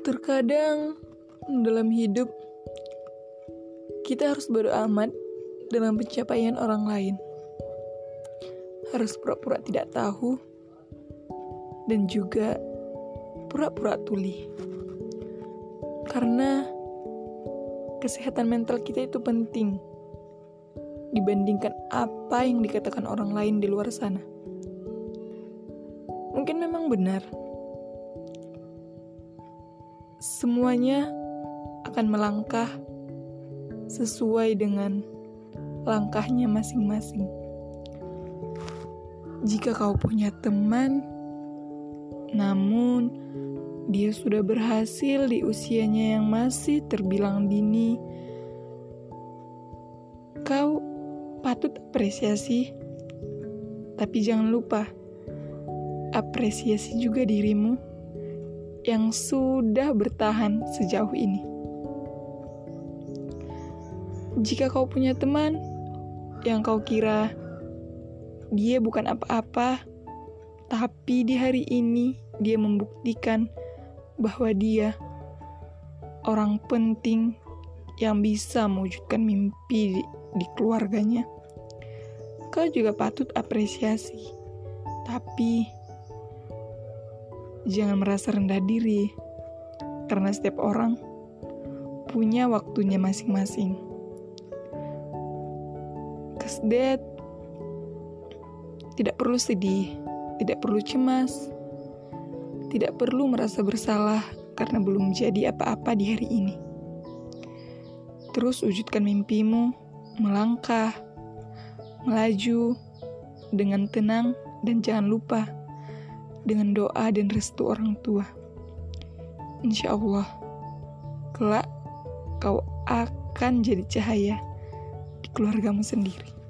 Terkadang dalam hidup kita harus bodo amat dengan pencapaian orang lain. Harus pura-pura tidak tahu dan juga pura-pura tuli. Karena kesehatan mental kita itu penting dibandingkan apa yang dikatakan orang lain di luar sana. Mungkin memang benar, semuanya akan melangkah sesuai dengan langkahnya masing-masing. Jika kau punya teman, namun dia sudah berhasil di usianya yang masih terbilang dini, kau patut apresiasi. Tapi jangan lupa, apresiasi juga dirimu yang sudah bertahan sejauh ini. Jika kau punya teman yang kau kira dia bukan apa-apa, tapi di hari ini dia membuktikan bahwa dia orang penting yang bisa mewujudkan mimpi di keluarganya, kau juga patut apresiasi. Tapi jangan merasa rendah diri, karena setiap orang punya waktunya masing-masing. Kesdet, tidak perlu sedih, tidak perlu cemas, tidak perlu merasa bersalah karena belum jadi apa-apa di hari ini. Terus wujudkan mimpimu, melangkah, melaju dengan tenang, dan jangan lupa dengan doa dan restu orang tua. Insya Allah, kelak kau akan jadi cahaya di keluargamu sendiri.